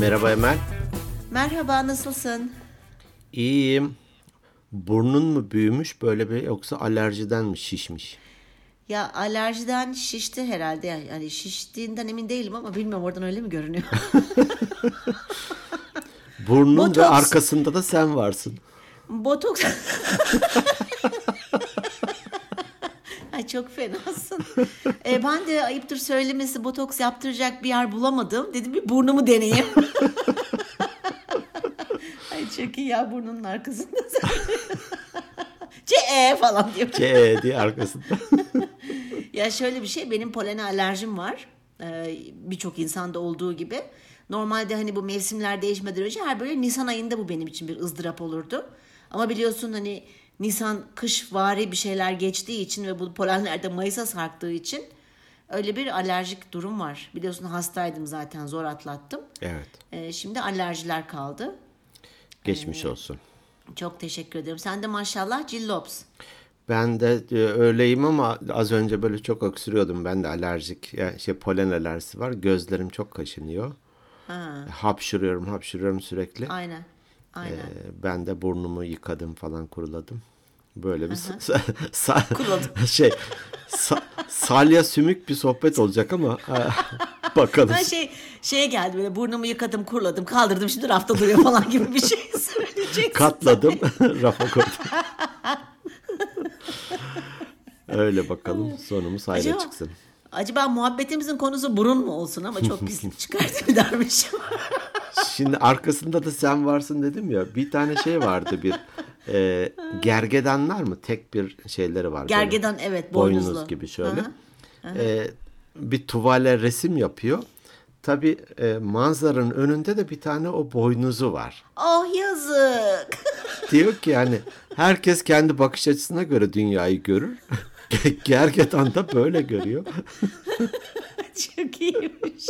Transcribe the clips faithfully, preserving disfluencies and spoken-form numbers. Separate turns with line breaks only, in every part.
Merhaba Emel.
Merhaba, nasılsın?
İyiyim. Burnun mu büyümüş böyle bir yoksa alerjiden mi şişmiş?
Ya alerjiden şişti herhalde. Yani şiştiğinden emin değilim ama bilmiyorum, oradan öyle mi görünüyor?
Burnun ve
Botoks.
arkasında da sen varsın.
Botoks. Ay çok fenasın. E, ben de ayıptır söylemesi botoks yaptıracak bir yer bulamadım. Dedim bir burnumu deneyeyim. Ay çok iyi ya, burnunun arkasında. Ce falan diyor.
C diye arkasında.
Ya şöyle bir şey, benim polene alerjim var. Ee, birçok insanda olduğu gibi. Normalde hani bu mevsimler değişmeden önce her böyle Nisan ayında bu benim için bir ızdırap olurdu. Ama biliyorsun hani Nisan kış vari bir şeyler geçtiği için ve bu polenler de Mayıs'a sarktığı için öyle bir alerjik durum var. Biliyorsun hastaydım zaten, zor atlattım.
Evet.
Ee, şimdi alerjiler kaldı.
Geçmiş olsun.
Çok teşekkür ederim. Sen de maşallah cillops.
Ben de e, öyleyim ama az önce böyle çok öksürüyordum. Ben de alerjik, yani şey polen alerjisi var. Gözlerim çok kaşınıyor.
Ha,
Hapşırıyorum, hapşırıyorum sürekli.
aynen. Aynen.
Ee, ben de burnumu yıkadım falan, kuruladım. Böyle bir sa- sa-
Kuruladım.
şey sa- salya sümük bir sohbet olacak ama bakalım.
Ben şey şeye geldi, böyle burnumu yıkadım, kuruladım, kaldırdım, şimdi rafta duruyor falan gibi bir şey söyleyeceksin.
Katladım, rafa koydum. Öyle bakalım, sonumuz hayra
Acaba,
çıksın.
acaba muhabbetimizin konusu burun mu olsun, ama çok pislik çıkardı dermişim.
Şimdi arkasında da sen varsın dedim ya. Bir tane şey vardı, bir e, gergedanlar mı? Tek bir şeyleri var.
Gergedan,
böyle.
evet,
Boynuz
boynuzlu.
gibi şöyle.
Aha, aha.
E, bir tuvale resim yapıyor. Tabii e, manzaranın önünde de bir tane o boynuzu var.
Oh yazık.
Diyor ki yani herkes kendi bakış açısına göre dünyayı görür. Gergedan da böyle görüyor.
Çok iyiymiş.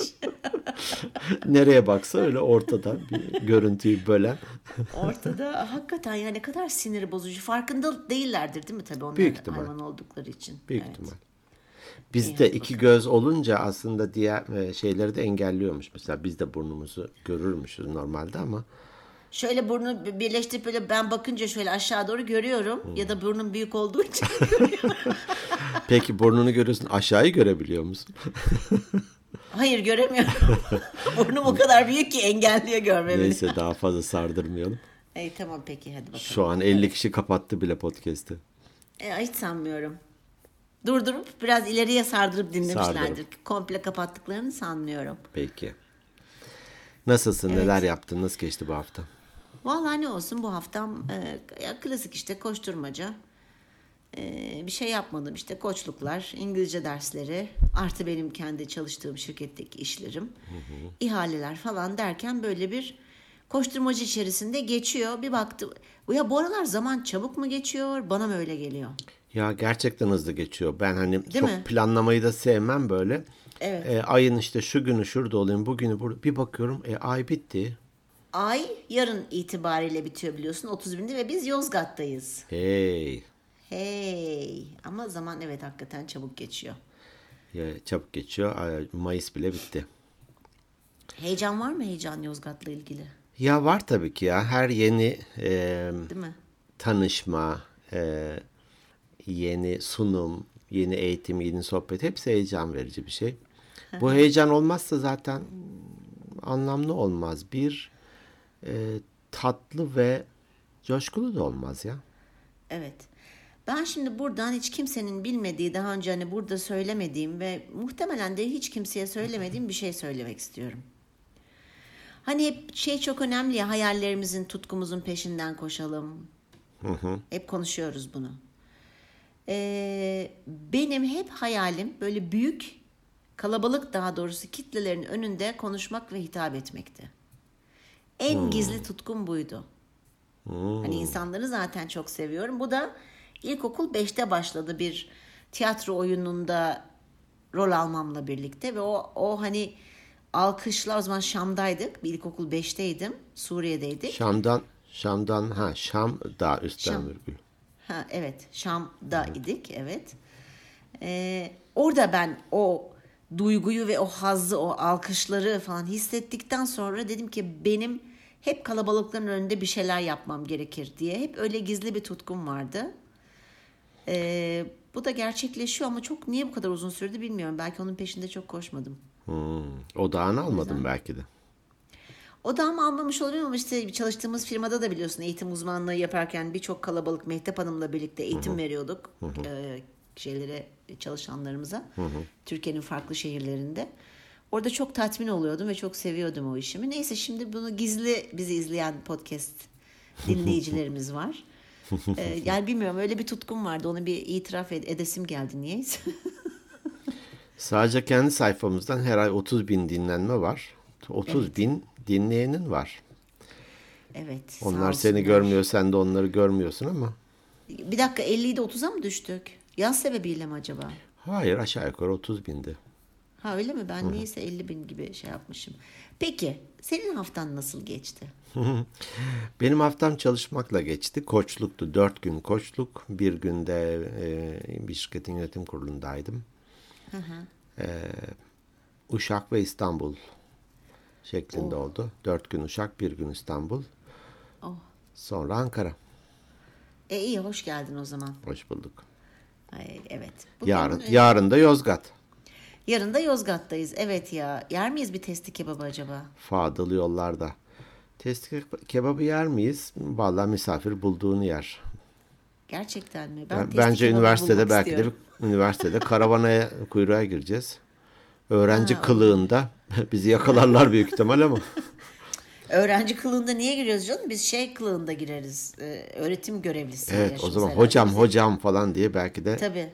Nereye baksa öyle ortadan bir görüntüyü bölen.
Ortada hakikaten ya, ne kadar sinir bozucu. Farkında değillerdir değil mi tabii, onlar
Büyük ihtimal.
hayvan oldukları için.
Büyük
Evet.
ihtimal.
İyi,
Bizde
hadi
iki
bakalım.
göz olunca aslında diğer e, şeyleri de engelliyormuş. Mesela biz de burnumuzu görürmüşüz normalde ama
Şöyle burnu birleştirip böyle ben bakınca şöyle aşağı doğru görüyorum. Ya da burnum büyük olduğu için.
peki burnunu görüyorsun, aşağıyı görebiliyor musun?
Hayır, göremiyorum. Burnum o kadar büyük ki engelliyor görmemi.
Neyse, daha fazla sardırmayalım.
İyi tamam, peki hadi bakalım.
Şu an elli kişi kapattı bile podcast'i.
E, hiç sanmıyorum. Durdurup biraz ileriye sardırıp dinlemişlerdir.
Sardırıp.
Komple kapattıklarını sanmıyorum.
Peki. Nasılsın?
Evet.
Neler yaptın? Nasıl geçti bu hafta?
Vallahi ne olsun, bu haftam e, ya klasik işte koşturmaca. E, bir şey yapmadım, işte koçluklar, İngilizce dersleri, artı benim kendi çalıştığım şirketteki işlerim, ihaleler falan derken böyle bir koşturmacı içerisinde geçiyor. Bir baktım, ya bu aralar zaman çabuk mu geçiyor, bana mı öyle geliyor?
Ya gerçekten hızlı geçiyor. Ben hani
Değil
çok
mi?
planlamayı da sevmem böyle.
Evet.
E, ayın işte şu günü şurada olayım, bugünü burada. Bir bakıyorum e, ay bitti.
Ay yarın itibariyle bitiyor biliyorsun, otuz binde, ve biz Yozgat'tayız.
Hey.
Hey, ama zaman evet hakikaten çabuk geçiyor.
Ya, çabuk geçiyor. Ay, Mayıs bile bitti.
Heyecan var mı, heyecan Yozgat'la ilgili?
Ya var tabii ki ya. Her yeni e,
Değil mi?
tanışma, e, yeni sunum, yeni eğitim, yeni sohbet hepsi heyecan verici bir şey. Bu heyecan olmazsa zaten anlamlı olmaz. Bir e, tatlı ve coşkulu da olmaz ya.
Evet. Ben şimdi buradan hiç kimsenin bilmediği, daha önce hani burada söylemediğim ve muhtemelen de hiç kimseye söylemediğim bir şey söylemek istiyorum. Hani hep şey çok önemli ya, hayallerimizin, tutkumuzun peşinden koşalım.
Hı hı.
Hep konuşuyoruz bunu. Ee, benim hep hayalim böyle büyük, kalabalık, daha doğrusu kitlelerin önünde konuşmak ve hitap etmekti. En gizli tutkum buydu. Hani insanları zaten çok seviyorum. Bu da ilkokul beşte başladı, bir tiyatro oyununda rol almamla birlikte ve o o hani alkışlar, o zaman Şam'daydık. Bir ilkokul beşteydim. Suriye'deydik.
Şam'dan Şam'dan ha Şam daha üstten
Şam.
virgül.
Ha evet, Şam'da idik, evet. Ee, orada ben o duyguyu ve o hazzı, o alkışları falan hissettikten sonra dedim ki benim hep kalabalıkların önünde bir şeyler yapmam gerekir diye. Hep öyle gizli bir tutkum vardı. Ee, bu da gerçekleşiyor ama çok niye bu kadar uzun sürdü bilmiyorum. Belki onun peşinde çok koşmadım.
Hmm. Odağını almadım belki de.
Odağımı almamış oluyorum ama işte çalıştığımız firmada da biliyorsun eğitim uzmanlığı yaparken birçok kalabalık Mehtap Hanım'la birlikte eğitim veriyorduk. Ee, şeylere, çalışanlarımıza. Hı hı. Türkiye'nin farklı şehirlerinde. Orada çok tatmin oluyordum ve çok seviyordum o işimi. Neyse şimdi bunu gizli bizi izleyen podcast dinleyicilerimiz var. ee, yani bilmiyorum öyle bir tutkum vardı. Onu bir itiraf ed- edesim geldi niyeyse.
Sadece kendi sayfamızdan her ay otuz bin dinlenme var. otuz
Evet.
bin dinleyenin var.
Evet.
Onlar seni görmüyor, sen de onları görmüyorsun ama.
Bir dakika elliydi otuza mı düştük? Yaz sebebiyle mi acaba?
Hayır, aşağı yukarı otuz bindi.
Ha öyle mi? Ben neyse elli bin gibi şey yapmışım. Peki senin haftan nasıl geçti?
Benim haftam çalışmakla geçti. Koçluktu. Dört gün koçluk. Bir günde e, bir şirketin yönetim kurulundaydım.
Hı hı.
E, Uşak ve İstanbul şeklinde
Oh.
oldu. Dört gün Uşak, bir gün İstanbul.
Oh.
Sonra Ankara.
E iyi hoş geldin o zaman.
Hoş bulduk.
Ay, evet. Bugün,
Yarın,
e,
yarın da Yozgat.
yarın da Yozgat'tayız. Evet ya. Yer miyiz bir testi kebabı acaba?
Fadıl yollarda. Testi kebabı yer miyiz? Vallahi misafir bulduğunu yer.
Gerçekten mi? Ben
Ben,
testi
bence
kebabı
üniversitede
bulmak
belki de
istiyorum.
bir, üniversitede karavanaya kuyruğa gireceğiz. Öğrenci kılığında bizi yakalarlar büyük ihtimal ama.
Öğrenci kılığında niye giriyoruz canım? Biz şey kılığında gireriz. Ee, öğretim görevlisi.
Evet, o
yaşımız
zaman
herhalde
hocam
bizim.
hocam falan diye belki de.
Tabii.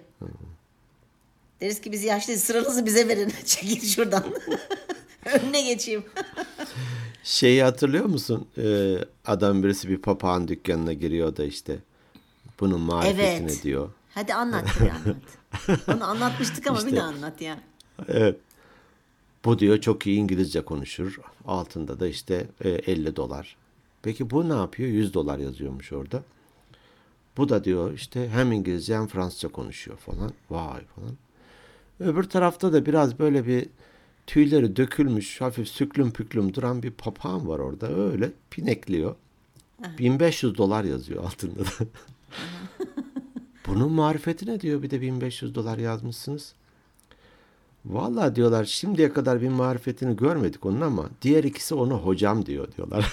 Deriz ki biz yaşlıyız sıranızı bize verin. Çekil şuradan. Önüne geçeyim.
Şeyi hatırlıyor musun? Ee, adam birisi bir papağan dükkanına giriyor da işte bunun marifetini
Evet.
diyor.
Hadi anlat bir anlat. Onu anlatmıştık ama bir
İşte-
daha anlat ya.
Evet. Bu diyor çok iyi İngilizce konuşur. Altında da işte e, elli dolar. Peki bu ne yapıyor? yüz dolar yazıyormuş orada. Bu da diyor işte hem İngilizce hem Fransızca konuşuyor falan. Vay falan. Öbür tarafta da biraz böyle bir tüyleri dökülmüş, hafif süklüm püklüm duran bir papağan var orada. Öyle pinekliyor. bin beş yüz dolar yazıyor altında da. Bunun marifeti ne diyor? Bir de bin beş yüz dolar yazmışsınız. Vallahi diyorlar şimdiye kadar bir marifetini görmedik onun ama diğer ikisi ona hocam diyor diyorlar.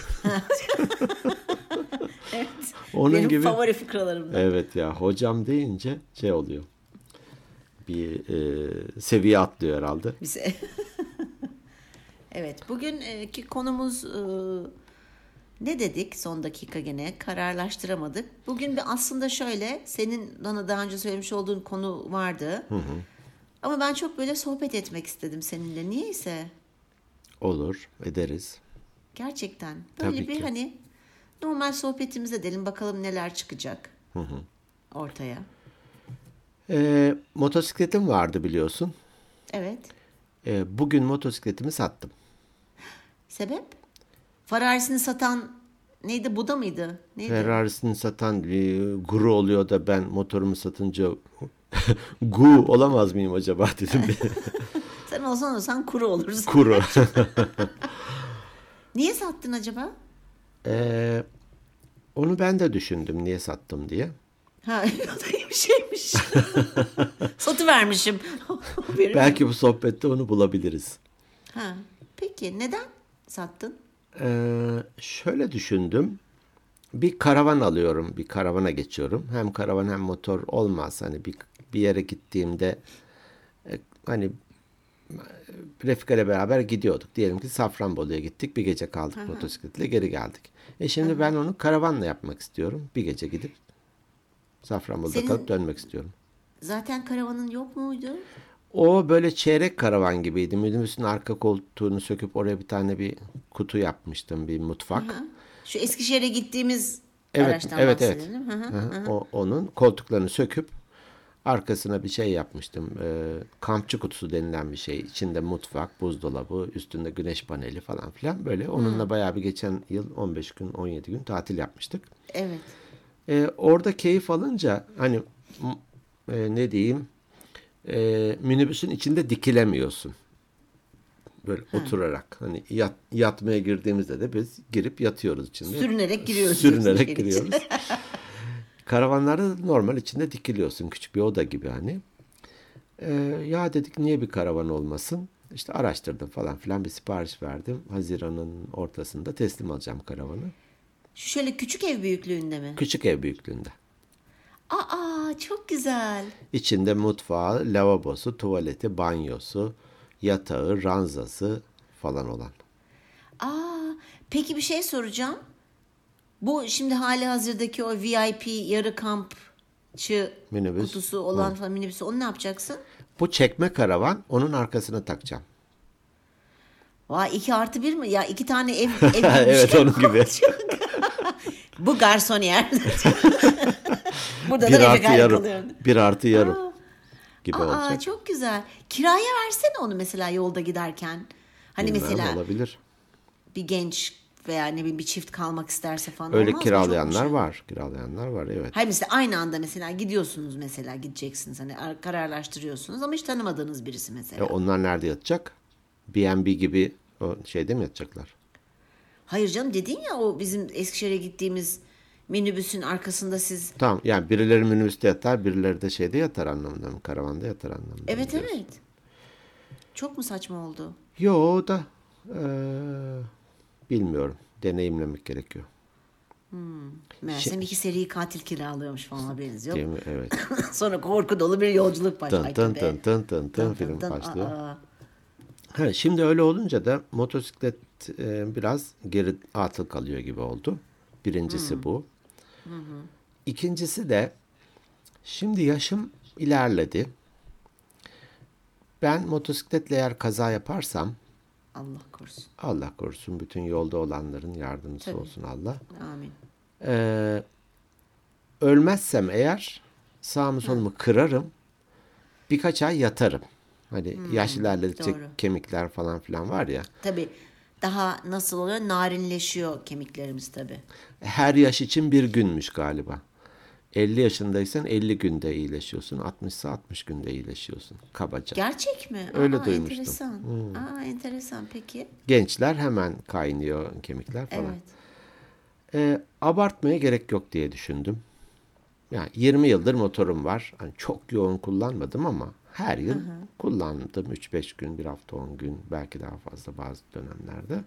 Evet.
Onun
Benim
gibi.
favori fıkralarımdan.
Evet ya hocam deyince şey oluyor. Bir e, seviye atlıyor herhalde.
Bize. Evet. Bugünkü konumuz e, ne dedik son dakika gene kararlaştıramadık. Bugün bir aslında şöyle senin bana daha önce söylemiş olduğun konu vardı. Hı hı. Ama ben çok böyle sohbet etmek istedim seninle. Niyeyse.
Olur, ederiz.
Gerçekten. Böyle
Tabii
bir
ki.
hani normal sohbetimiz edelim. Bakalım neler çıkacak
Hı hı.
ortaya.
E, motosikletim vardı biliyorsun.
Evet.
E, bugün motosikletimi sattım.
Sebep? Ferrari'sini satan neydi? Buda mıydı? Neydi?
Ferrari'sini satan bir guru oluyor da ben motorumu satınca gu olamaz mıyım acaba dedim.
Sen olsan olsan kuru olursun.
Kuru.
Niye sattın acaba?
Ee, onu ben de düşündüm niye sattım diye.
Ha, o da iyi bir şeymiş. Satıvermişim. Haberim
Belki
yok.
bu sohbette onu bulabiliriz.
Ha, peki neden sattın?
Ee, şöyle düşündüm. Bir karavan alıyorum, bir karavana geçiyorum. Hem karavan hem motor olmaz. Hani bir bir yere gittiğimde e, hani Refika ile beraber gidiyorduk. Diyelim ki Safranbolu'ya gittik. Bir gece kaldık motosikletle geri geldik. E şimdi ben onu karavanla yapmak istiyorum. Bir gece gidip Safranbolu'da
Senin-
kalıp dönmek istiyorum.
Zaten karavanın yok muydu?
O böyle çeyrek karavan gibiydi. Minibüsün arka koltuğunu söküp oraya bir tane bir kutu yapmıştım. Bir mutfak.
Ha? Şu Eskişehir'e gittiğimiz
Evet,
araçtan
evet, evet.
bahsedelim. Hı hı,
Hı hı.
hı.
O, onun koltuklarını söküp arkasına bir şey yapmıştım. Ee, kampçı kutusu denilen bir şey. İçinde mutfak, buzdolabı, üstünde güneş paneli falan filan. Böyle onunla bayağı bir geçen yıl on beş gün, on yedi gün tatil yapmıştık.
Evet.
Ee, orada keyif alınca hani m- e, ne diyeyim e, minibüsün içinde dikilemiyorsun. Böyle oturarak. Hani yat, yatmaya girdiğimizde de biz girip yatıyoruz içinde.
Sürünerek giriyoruz.
Sürünerek giriyoruz. Karavanlarda da normal içinde dikiliyorsun. Küçük bir oda gibi hani. Ee, ya dedik niye bir karavan olmasın? İşte araştırdım falan filan, bir sipariş verdim. Haziran'ın ortasında teslim alacağım karavanı.
Şu şöyle küçük ev büyüklüğünde mi?
Küçük ev büyüklüğünde.
Aa, çok güzel.
İçinde mutfağı, lavabosu, tuvaleti, banyosu, yatağı, ranzası falan olan.
Aa, peki bir şey soracağım. Bu şimdi hali hazırdaki o V I P yarı kampçı
Minibüs.
kutusu olan falan minibüsü, onu ne yapacaksın?
Bu çekme karavan, onun arkasına takacağım.
Vay, iki artı bir mi? Ya iki tane ev, ev
Evet, onun gibi.
Bu garsoniyer. Burada
bir
da
artı yarım.
kalıyor.
Bir artı yarım
Aa,
gibi
aa,
olacak.
çok güzel. Kiraya versene onu mesela yolda giderken. Hani
Bilmem,
mesela
olabilir.
bir genç veya ne bileyim bir çift kalmak isterse falan,
Öyle
olmaz mı?
kiralayanlar
Çok mu şey?
var. Kiralayanlar var, evet.
Hayır, mesela aynı anda mesela gidiyorsunuz, mesela gideceksiniz, hani kararlaştırıyorsunuz ama hiç tanımadığınız birisi
E,
mesela.
onlar nerede yatacak? B and B gibi o şeyde mi yatacaklar?
Hayır canım, dedin ya o bizim Eskişehir'e gittiğimiz minibüsün arkasında siz.
Tamam, yani birileri minibüste yatar, birileri de şeyde yatar anlamında mı? Karavanda yatar anlamında mı
Evet
diyorsun?
evet. Çok mu saçma oldu?
Yo, o da eee, bilmiyorum. Deneyimlemek gerekiyor.
Meğersem iki seri katil kiralıyormuş falan, haberiniz yok.
Değil mi? Evet.
Sonra korku dolu bir yolculuk başlıyor.
Tın tın tın tın tın tın film
tın.
başlıyor.
Aa,
Ha, şimdi öyle olunca da motosiklet e, biraz geri atıl kalıyor gibi oldu. Birincisi bu. İkincisi de şimdi yaşım ilerledi. Ben motosikletle eğer kaza yaparsam,
Allah korusun.
Allah korusun, bütün yolda olanların yardımcısı
Tabii.
olsun Allah.
Amin.
Ee, ölmezsem eğer sağımı solumu kırarım. Birkaç ay yatarım. Hani yaş ilerledikçe
doğru.
kemikler falan filan var ya.
Tabii daha nasıl oluyor? Narinleşiyor kemiklerimiz tabii.
Her yaş için bir günmüş galiba. elli yaşındaysan elli günde iyileşiyorsun. altmışsa altmış günde iyileşiyorsun. Kabaca.
Gerçek mi?
Öyle
Aa,
duymuştum.
Enteresan. Aa, enteresan. Peki.
Gençler hemen kaynıyor kemikler falan.
Evet.
Ee, abartmaya gerek yok diye düşündüm. Yani yirmi yıldır motorum var. Hani çok yoğun kullanmadım ama her yıl kullandım. üç beş gün, bir hafta on gün, belki daha fazla bazı dönemlerde.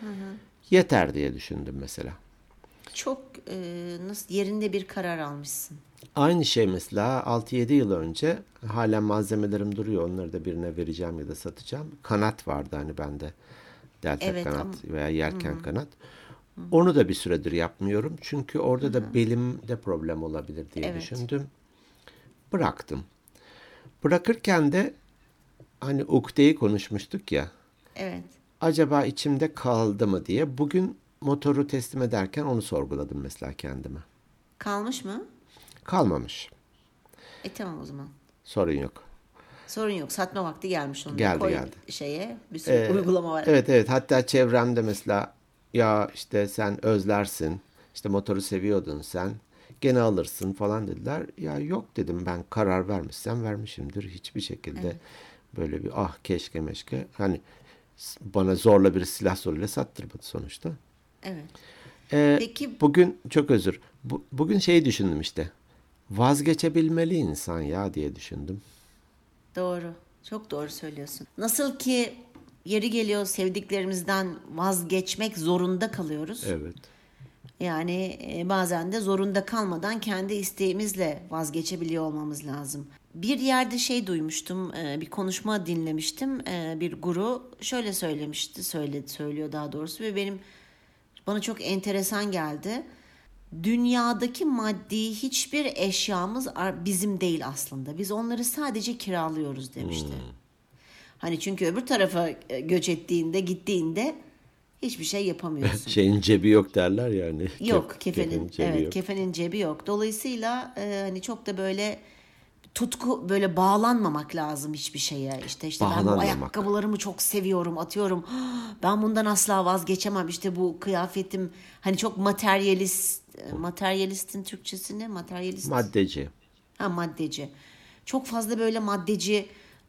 Yeter diye düşündüm mesela.
Çok e, nasıl yerinde bir karar almışsın.
Aynı şey mesela altı yedi yıl önce, halen malzemelerim duruyor. Onları da birine vereceğim ya da satacağım. Kanat vardı hani bende. Delta
Evet,
kanat
ama-
veya yelken kanat. Onu da bir süredir yapmıyorum. Çünkü orada da belimde problem olabilir diye
Evet.
düşündüm. Bıraktım. Bırakırken de hani ukdeyi konuşmuştuk ya.
Evet.
Acaba içimde kaldı mı diye. Bugün motoru teslim ederken onu sorguladım mesela kendime.
Kalmış mı?
Kalmamış.
E tamam o zaman.
Sorun yok.
Sorun yok. Satma vakti gelmiş onun.
Geldi,
Koy
geldi.
şeye. Bir sürü
Ee,
uygulama var.
Evet evet, hatta çevremde mesela ya işte sen özlersin, işte motoru seviyordun sen, gene alırsın falan dediler. Ya yok dedim, ben karar vermişsem vermişimdir. Hiçbir şekilde böyle bir ah keşke meşke, hani bana zorla bir silah zoruyla sattırmadı sonuçta.
Evet.
Ee,
Peki-
bugün çok özür. Bu, bugün şeyi düşündüm işte. Vazgeçebilmeli insan ya diye düşündüm.
Doğru. Çok doğru söylüyorsun. Nasıl ki yeri geliyor sevdiklerimizden vazgeçmek zorunda kalıyoruz.
Evet.
Yani e, bazen de zorunda kalmadan kendi isteğimizle vazgeçebiliyor olmamız lazım. Bir yerde şey duymuştum, e, bir konuşma dinlemiştim. E, Bir guru şöyle söylemişti, söyledi, söylüyor daha doğrusu ve benim bana çok enteresan geldi. Dünyadaki maddi hiçbir eşyamız bizim değil aslında. Biz onları sadece kiralıyoruz demişti. Hani çünkü öbür tarafa e, göç ettiğinde, gittiğinde hiçbir şey yapamıyorsun.
Şeyin cebi yok derler yani.
Yok,
Kef-
kefenin,
cebi
evet,
yok.
kefenin cebi yok. Dolayısıyla e, hani çok da böyle tutku, böyle bağlanmamak lazım hiçbir şeye. İşte işte ben bu
Bağlanmamak.
ayakkabılarımı çok seviyorum, atıyorum. Ben bundan asla vazgeçemem. İşte bu kıyafetim, hani çok materyalist, e, materyalistin Türkçesi ne? Materyalist.
Maddeci.
Ha, maddeci. Çok fazla böyle maddeci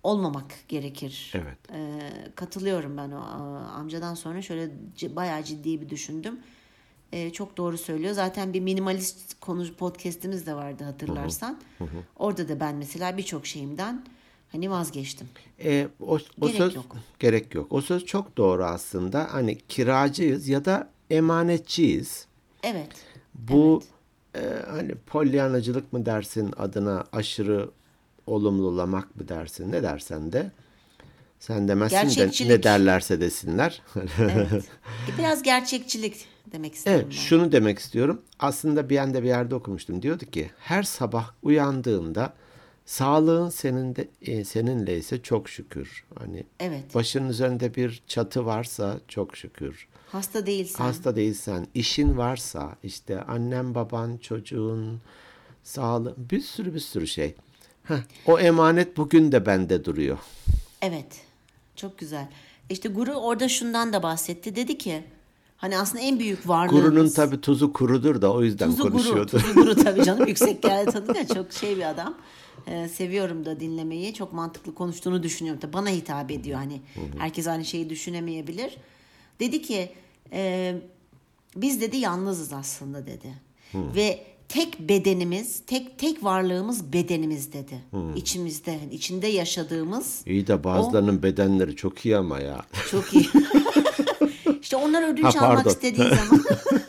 olmamak gerekir.
Evet.
Ee, katılıyorum ben o a- amcadan sonra şöyle c- bayağı ciddi bir düşündüm. Ee, çok doğru söylüyor. Zaten bir minimalist konu podcast'imiz de vardı hatırlarsan. Orada da ben mesela birçok şeyimden hani vazgeçtim.
E, o, o
Gerek
söz
yok.
gerek yok. O söz çok doğru aslında. Hani kiracıyız ya da emanetçiyiz.
Evet.
Bu e, hani polyanacılık mı dersin adına, aşırı olumlulamak mı dersin, ne dersen de sen demezsin de
Gerçekçilik.
ne derlerse desinler.
Evet. Biraz gerçekçilik demek istedim
Evet,
ben.
şunu demek istiyorum. Aslında bir anda bir yerde okumuştum. Diyordu ki her sabah uyandığında sağlığın senin de, e, seninle ise çok şükür. Hani
Evet.
başının üzerinde bir çatı varsa çok şükür.
Hasta değilsen.
Hasta değilsen, işin varsa, işte annen, baban, çocuğun, sağlığı, bir sürü bir sürü şey. Heh, o emanet bugün de bende duruyor.
Evet. Çok güzel. İşte Guru orada şundan da bahsetti. Dedi ki hani aslında en büyük varlığımız.
Guru'nun tabii tuzu kurudur da o yüzden
Tuzu Guru.
konuşuyordu.
Tuzu Guru tabii canım. Yüksek yerde tanıdık ya. Çok şey bir adam. Ee, seviyorum da dinlemeyi. Çok mantıklı konuştuğunu düşünüyorum. Tabii bana hitap ediyor. Hani herkes aynı şeyi düşünemeyebilir. Dedi ki e, biz dedi yalnızız aslında dedi. Ve tek bedenimiz, tek tek varlığımız bedenimiz dedi. İçimizde, içinde yaşadığımız.
İyi de bazılarının bedenleri çok iyi ama ya.
Çok iyi. İşte onlar ödünç
Ha,
almak
pardon.
istediği zaman.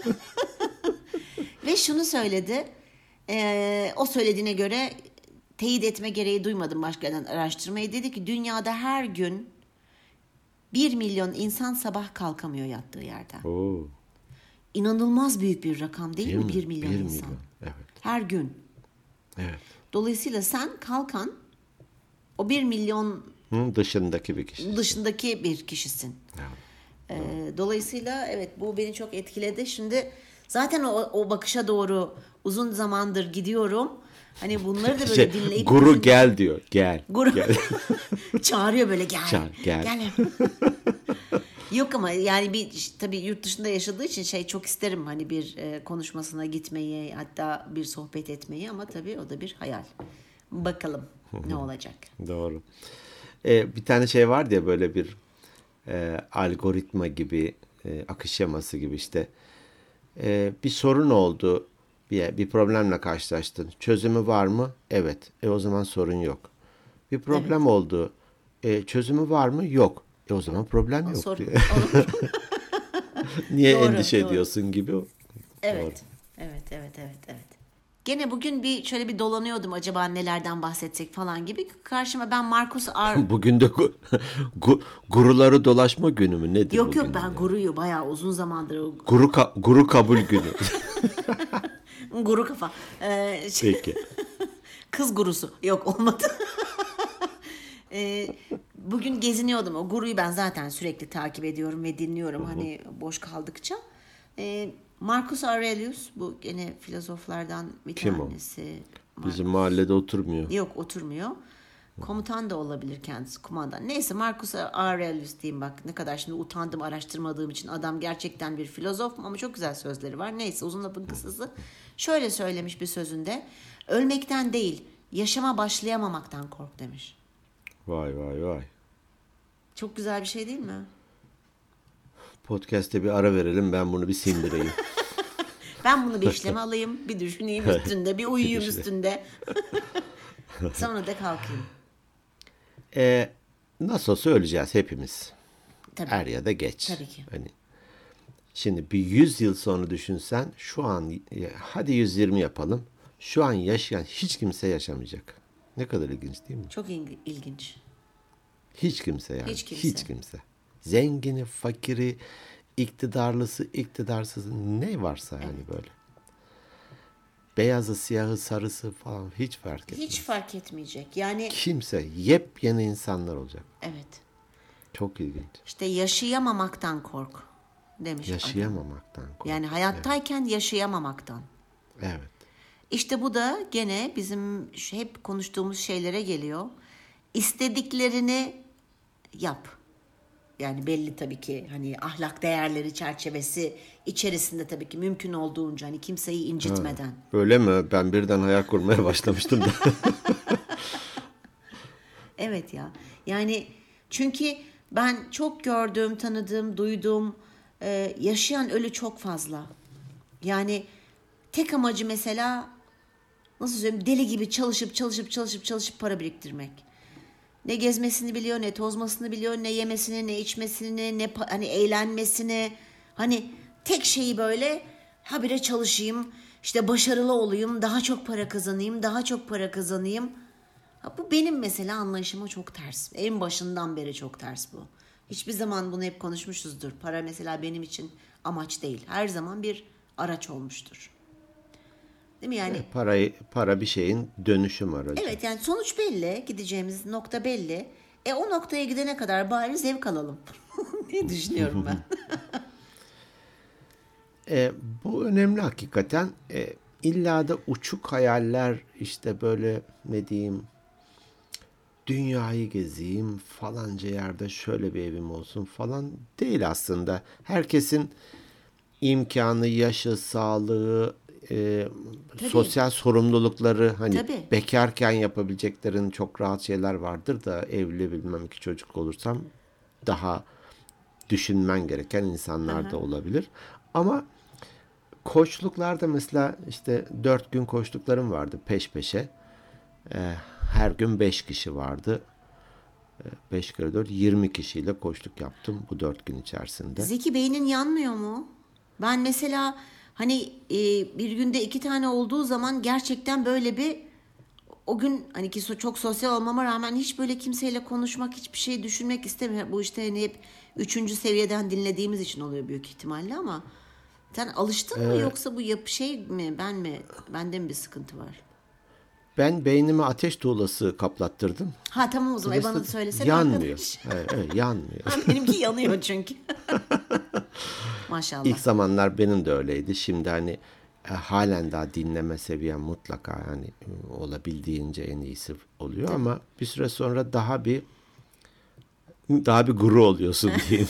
Ve şunu söyledi. E, o söylediğine göre teyit etme gereği duymadım başka yerden araştırmayı. Dedi ki dünyada her gün bir milyon insan sabah kalkamıyor yattığı yerden.
Oo,
İnanılmaz büyük bir rakam değil,
değil
mi?
mi?
Bir milyon
Bir
insan.
milyon, evet.
Her gün.
Evet.
Dolayısıyla sen kalkan o bir milyon
Hı, dışındaki bir kişi.
dışındaki bir kişisin.
Evet.
Ee, dolayısıyla evet bu beni çok etkiledi. Şimdi zaten o, o bakışa doğru uzun zamandır gidiyorum. Hani bunları da böyle
Şey,
dinleyip
Guru
düşündüm.
gel diyor. Gel.
Guru
Gel.
çağırıyor böyle gel.
Çağır, gel.
Yok ama yani bir tabii yurt dışında yaşadığı için şey çok isterim hani bir e, konuşmasına gitmeyi hatta bir sohbet etmeyi ama tabii o da bir hayal. Bakalım ne olacak.
Doğru. Ee, bir tane şey var ya böyle bir e, algoritma gibi, e, akış şeması gibi işte. E, bir sorun oldu. Bir, bir problemle karşılaştın. Çözümü var mı? Evet. E o zaman sorun yok. Bir problem oldu. E, çözümü var mı? Yok. E o zaman problem yok.
Sorun.
diye. Niye
Doğru,
endişe
doğru.
ediyorsun gibi.
Evet. Evet, evet, evet, evet. Gene bugün bir şöyle bir dolanıyordum acaba nelerden bahsetsek falan gibi. Karşıma ben Marcus R.
Bugün de gu, gu, guruları dolaşma günü mü? Nedir
Yok yok
bugün?
ben Guru'yu bayağı uzun zamandır o
Guru, ka- guru kabul günü.
Guru kafa. Ee, şey-
Peki.
Kız gurusu. Yok olmadı. Ee, bugün geziniyordum. O Guru'yu ben zaten sürekli takip ediyorum ve dinliyorum. Hani boş kaldıkça. Ee, Marcus Aurelius bu gene filozoflardan bir
Kim o?
tanesi.
Bizim mahallede oturmuyor.
Yok oturmuyor. Komutan da olabilir kendisi kumandan. Neyse Marcus Aurelius diyeyim bak ne kadar şimdi utandım araştırmadığım için adam gerçekten bir filozof ama çok güzel sözleri var. Neyse uzun lafın kısası şöyle söylemiş bir sözünde ölmekten değil yaşama başlayamamaktan kork demiş.
Vay vay vay.
Çok güzel bir şey değil mi?
Podcast'te bir ara verelim ben bunu bir sindireyim.
Ben bunu bir işleme alayım bir düşüneyim üstünde bir uyuyayım
İşte.
üstünde. Sonra da kalkayım.
E, nasıl olsa öleceğiz hepimiz.
Tabii.
Er ya da geç.
Tabii ki.
Hani şimdi bir yüz yıl sonra düşünsen şu an e, hadi yüz yirmi yapalım. Şu an yaşayan hiç kimse yaşamayacak. Ne kadar ilginç değil mi?
Çok il- ilginç.
Hiç kimse yani.
Hiç kimse.
Hiç kimse. Zengini, fakiri, iktidarlısı, iktidarsızı ne varsa yani böyle. Beyazı, siyahı, sarısı falan hiç fark etmez.
Hiç fark etmeyecek. Yani
Kimse yepyeni insanlar olacak.
evet.
Çok ilginç.
İşte yaşayamamaktan kork demiş adam.
Yaşayamamaktan kork.
Yani hayattayken yaşayamamaktan.
Evet.
İşte bu da gene bizim şu hep konuştuğumuz şeylere geliyor. İstediklerini yap. Yani belli tabii ki hani ahlak değerleri çerçevesi içerisinde tabii ki mümkün olduğunca hani kimseyi incitmeden.
Öyle mi? Ben birden hayal kurmaya başlamıştım da.
Evet ya. Yani çünkü ben çok gördüm, tanıdığım, duydum. e, yaşayan ölü çok fazla. Yani tek amacı mesela nasıl söyleyeyim deli gibi çalışıp çalışıp çalışıp çalışıp para biriktirmek. Ne gezmesini biliyor, ne tozmasını biliyor, ne yemesini, ne içmesini, ne pa- hani eğlenmesini. Hani tek şeyi böyle habire çalışayım, işte başarılı olayım, daha çok para kazanayım, daha çok para kazanayım. Ha, bu benim mesela anlayışıma çok ters. En başından beri çok ters bu. Hiçbir zaman bunu hep konuşmuşuzdur. Para mesela benim için amaç değil. Her zaman bir araç olmuştur. Değil mi yani?
E, parayı, para bir şeyin dönüşüm aracı.
Evet yani sonuç belli. Gideceğimiz nokta belli. E o noktaya gidene kadar bari zevk alalım. diye düşünüyorum ben.
E, bu önemli hakikaten. E, illa da uçuk hayaller işte böyle ne diyeyim dünyayı gezeyim falanca yerde şöyle bir evim olsun falan değil aslında. Herkesin imkanı, yaşı, sağlığı, e,
Tabii.
sosyal sorumlulukları hani
Tabii.
bekarken yapabileceklerin çok rahat şeyler vardır da evli bilmem iki çocuk olursam daha düşünmen gereken insanlar da olabilir. Ama koçluklarda mesela işte dört gün koçluklarım vardı peş peşe. Ee, her gün beş kişi vardı. Beş kere dört yirmi kişiyle koçluk yaptım bu dört gün içerisinde.
Zeki beynin yanmıyor mu? Ben mesela hani e, bir günde iki tane olduğu zaman gerçekten böyle bir o gün hani ki so- çok sosyal olmama rağmen hiç böyle kimseyle konuşmak, hiçbir şey düşünmek istemiyorum. Bu işte hani hep üçüncü seviyeden dinlediğimiz için oluyor büyük ihtimalle ama sen alıştın mı yoksa bu yapı şey mi ben mi bende mi bir sıkıntı var?
Ben beynime ateş tuğlası kaplattırdım.
Ha tamam o zaman e bana da
Dolayısıyla
söylesene
yanmıyor.
arkadaş.
Evet, evet, yanmıyor.
Benimki yanıyor çünkü.
İlk
Maşallah.
zamanlar benim de öyleydi. Şimdi hani e, halen daha dinleme seviyem mutlaka hani e, olabildiğince en iyisi oluyor
Tabii.
ama bir süre sonra daha bir daha bir guru oluyorsun diyeyim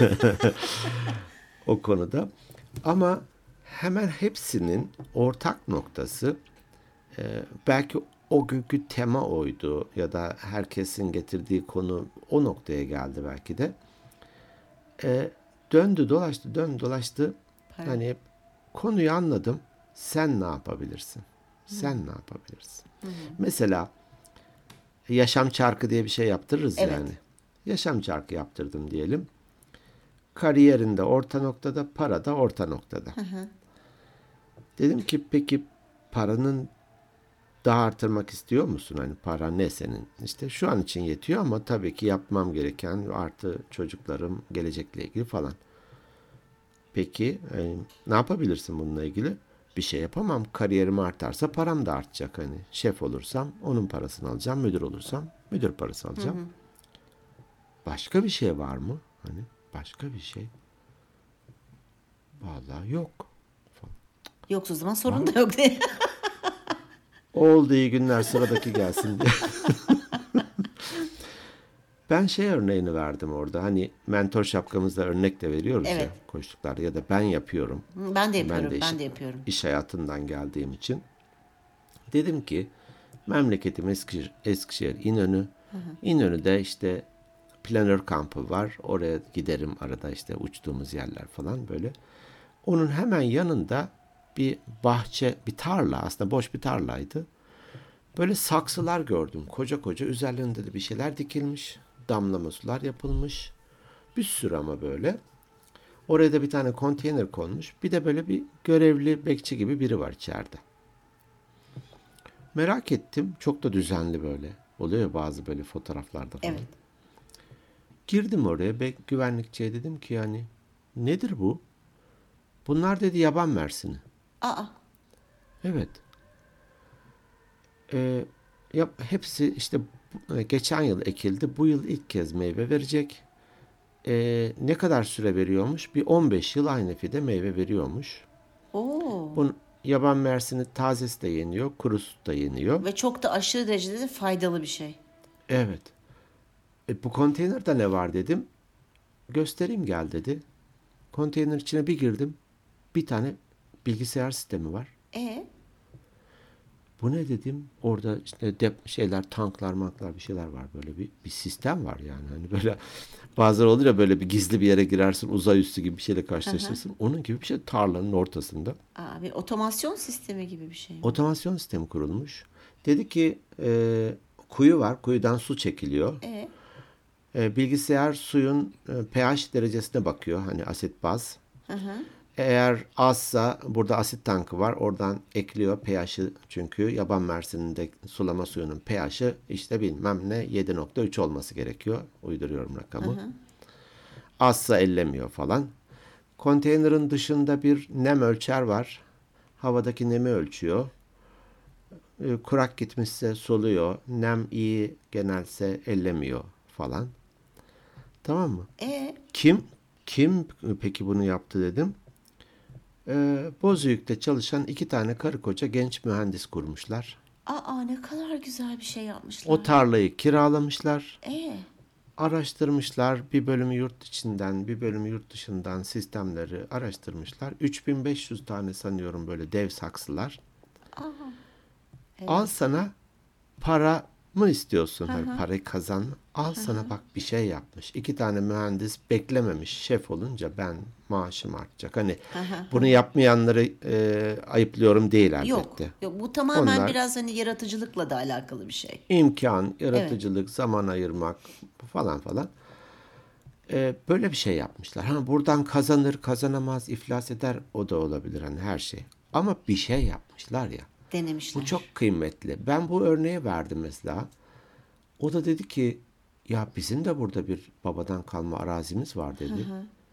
o konuda. Ama hemen hepsinin ortak noktası e, belki o günkü tema oydu ya da herkesin getirdiği konu o noktaya geldi belki de. E, döndü dolaştı döndü dolaştı.
Para.
Hani konuyu anladım. Sen ne yapabilirsin? Sen ne yapabilirsin? Mesela yaşam çarkı diye bir şey yaptırırız
Evet.
yani. Yaşam çarkı yaptırdım diyelim. Kariyerinde orta noktada, para da orta noktada. Dedim ki peki paranın daha artırmak istiyor musun? Hani para ne senin? İşte şu an için yetiyor ama tabii ki yapmam gereken artı çocuklarım gelecekle ilgili falan. Peki e, ne yapabilirsin bununla ilgili? Bir şey yapamam. Kariyerim artarsa param da artacak. Hani şef olursam onun parasını alacağım. Müdür olursam müdür parası alacağım. Başka bir şey var mı? Hani başka bir şey. Vallahi yok.
Yoksa o zaman
Var.
sorun da yok diye.
Oldu iyi günler sıradaki gelsin diye. Ben şey örneğini verdim orada. Hani mentor şapkamızda örnek de veriyoruz ya
Evet.
koçluklarda ya da ben yapıyorum.
Ben de
Ben
yapıyorum.
de iş,
Ben de yapıyorum.
iş hayatından geldiğim için. Dedim ki memleketim Eskişehir, Eskişehir İnönü. İnönü'de işte planör kampı var. Oraya giderim arada işte uçtuğumuz yerler falan böyle. Onun hemen yanında bir bahçe, bir tarla aslında boş bir tarlaydı. Böyle saksılar gördüm. Koca koca üzerlerinde de bir şeyler dikilmiş. Damlama sular yapılmış. Bir sürü ama böyle. Oraya da bir tane konteyner konmuş. Bir de böyle bir görevli bekçi gibi biri var içeride. Merak ettim. Çok da düzenli böyle. Oluyor ya bazı böyle fotoğraflarda falan.
Evet.
Girdim oraya. Be- güvenlikçiye dedim ki yani nedir bu? Bunlar dedi yaban mersini.
Aa.
Evet. Ee, yap, hepsi işte bu- geçen yıl ekildi. Bu yıl ilk kez meyve verecek. Ee, ne kadar süre veriyormuş? Bir on beş yıl aynı fide meyve veriyormuş.
Oo.
Bunun yaban mersini tazesi de yeniyor, kurusu da yeniyor.
Ve çok da aşırı derecede de faydalı bir şey.
Evet. E, bu konteynerde ne var dedim. Göstereyim gel dedi. Konteyner içine bir girdim. Bir tane bilgisayar sistemi var.
E
Bu ne dedim? Orada işte dep şeyler, tanklar, manklar bir şeyler var, böyle bir bir sistem var yani. Hani böyle bazen olur ya, böyle bir gizli bir yere girersin, uzay üstü gibi bir şeyle
Hı hı.
karşılaşırsın. Onun gibi bir şey, tarlanın ortasında.
Aa, bir otomasyon sistemi gibi bir şey mi?
Otomasyon sistemi kurulmuş. Dedi ki e, kuyu var. Kuyudan su çekiliyor.
E,
E, bilgisayar suyun e, pH derecesine bakıyor. Hani asit baz.
hı hı.
Eğer azsa burada asit tankı var. Oradan ekliyor pH'i. Çünkü yaban mersininde sulama suyunun pH'i işte bilmem ne yedi nokta üç olması gerekiyor. Uyduruyorum rakamı. Azsa ellemiyor falan. Konteynerin dışında bir nem ölçer var. Havadaki nemi ölçüyor. E, Kurak gitmişse soluyor. Nem iyi genelse ellemiyor falan. Tamam mı?
E,
Kim kim peki bunu yaptı dedim. Ee, Bozüyük'te çalışan iki tane karı koca genç mühendis kurmuşlar.
aa ne kadar güzel bir şey
O
yapmışlar.
tarlayı kiralamışlar,
E,
araştırmışlar. Bir bölümü yurt içinden, bir bölümü yurt dışından sistemleri araştırmışlar. üç bin beş yüz tane sanıyorum böyle dev saksılar.
aa,
Al
evet.
sana, para mı istiyorsun?
Hı
Hani
hı.
parayı kazan. Al sana, bak bir şey yapmış. İki tane mühendis beklememiş. Şef olunca ben maaşım artacak. Hani
Hı hı.
bunu yapmayanları e, ayıplıyorum değil
Yok.
elbette.
Yok, bu tamamen
Onlar
biraz hani yaratıcılıkla da alakalı bir şey.
imkan,
Evet.
yaratıcılık, zaman ayırmak falan falan. E, böyle bir şey yapmışlar. Ha, buradan kazanır, kazanamaz, iflas eder, o da olabilir hani her şey. Ama bir şey yapmışlar ya. Bu
Denemişler.
çok kıymetli. Ben bu örneği verdim mesela. O da dedi ki ya bizim de burada bir babadan kalma arazimiz var dedi.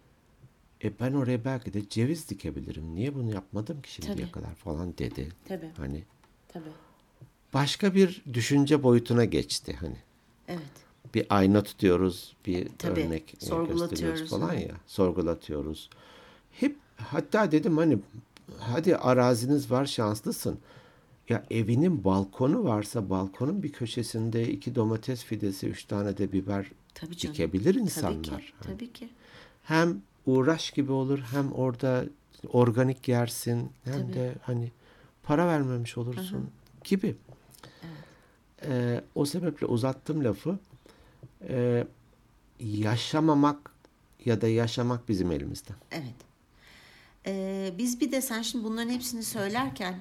E ben oraya belki de ceviz dikebilirim. Niye bunu yapmadım ki şimdiye
Tabii.
kadar falan dedi.
Tabii.
Hani
Tabii.
başka bir düşünce boyutuna geçti hani.
Evet.
Bir ayna tutuyoruz, bir
Tabii.
örnek e, gösteriyoruz
Sorgulatıyoruz.
falan
Hı.
ya. Sorgulatıyoruz. Hep hatta dedim hani hadi araziniz var, şanslısın. Ya evinin balkonu varsa balkonun bir köşesinde iki domates fidesi, üç tane de biber
Tabii canım.
dikebilir
Tabii ki.
insanlar. Hani
Tabii ki.
hem uğraş gibi olur, hem orada organik yersin, hem
Tabii.
de hani para vermemiş olursun gibi.
Evet.
Ee, o sebeple uzattım lafı. Ee, Yaşamamak ya da yaşamak bizim elimizde.
Evet. Ee, biz bir de sen şimdi bunların hepsini söylerken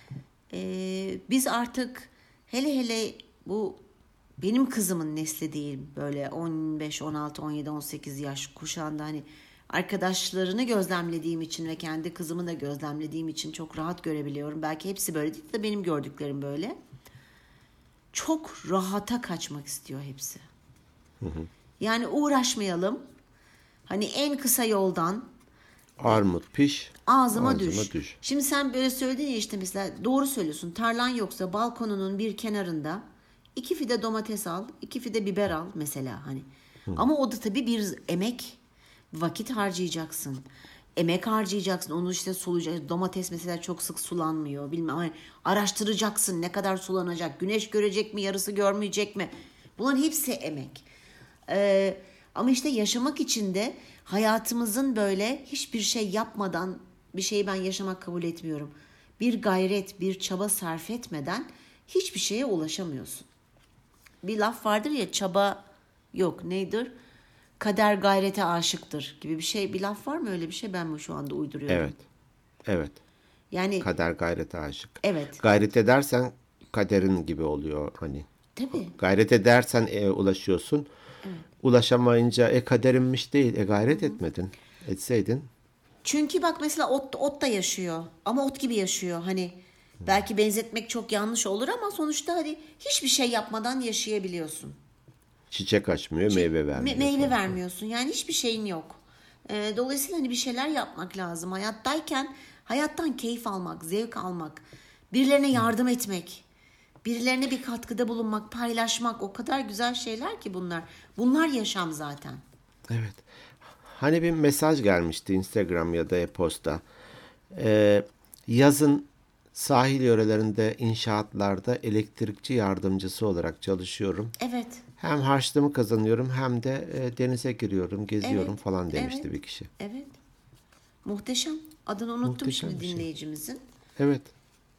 e, biz artık hele hele bu benim kızımın nesli değil, böyle on beş, on altı, on yedi, on sekiz yaş kuşağında hani arkadaşlarını gözlemlediğim için ve kendi kızımı da gözlemlediğim için çok rahat görebiliyorum. Belki hepsi böyle değil de benim gördüklerim böyle. Çok rahata kaçmak istiyor hepsi. Yani uğraşmayalım. Hani en kısa yoldan
Armut piş,
ağzıma düş.
ağzıma düş.
Şimdi sen böyle söyledin ya, işte mesela doğru söylüyorsun. Tarlan yoksa balkonunun bir kenarında iki fide domates al, iki fide biber al mesela hani. Ama o da tabii bir emek, vakit harcayacaksın. Emek harcayacaksın. Onu işte sulayacaksın. Domates mesela çok sık sulanmıyor. Bilmem, hani araştıracaksın ne kadar sulanacak. Güneş görecek mi, yarısı görmeyecek mi? Bunların hepsi emek. Ee, ama işte yaşamak için de hayatımızın böyle hiçbir şey yapmadan bir şeyi ben yaşamak kabul etmiyorum. Bir gayret, bir çaba sarf etmeden hiçbir şeye ulaşamıyorsun. Bir laf vardır ya, çaba yok nedir? Kader gayrete aşıktır gibi bir şey. Bir laf var mı, öyle bir şey? Ben mi şu anda uyduruyorum?
Evet, evet.
Yani
Kader gayrete aşık.
evet,
Gayret edersen kaderin gibi oluyor hani.
tabii.
Gayret edersen e, ulaşıyorsun. Ulaşamayınca e kaderinmiş değil. E gayret etmedin. Etseydin.
Çünkü bak mesela ot, ot da yaşıyor ama ot gibi yaşıyor. Hani belki benzetmek çok yanlış olur ama sonuçta hani hiçbir şey yapmadan yaşayabiliyorsun.
Çiçek açmıyor,
Çi-
meyve
me-
vermiyor
meyve
falan.
vermiyorsun. Yani hiçbir şeyin yok. Ee, dolayısıyla hani bir şeyler yapmak lazım. Hayattayken hayattan keyif almak, zevk almak, birilerine yardım etmek, birilerine bir katkıda bulunmak, paylaşmak, o kadar güzel şeyler ki bunlar. Bunlar yaşam zaten.
Evet. Hani bir mesaj gelmişti Instagram ya da e-posta. Ee, Yazın sahil yörelerinde inşaatlarda elektrikçi yardımcısı olarak çalışıyorum.
Evet,
Hem harçlığımı kazanıyorum, hem de e, denize giriyorum, geziyorum
evet,
falan demişti
evet,
bir kişi.
evet. Muhteşem. Adını unuttum
Muhteşem
şimdi
bir şey.
dinleyicimizin.
Evet.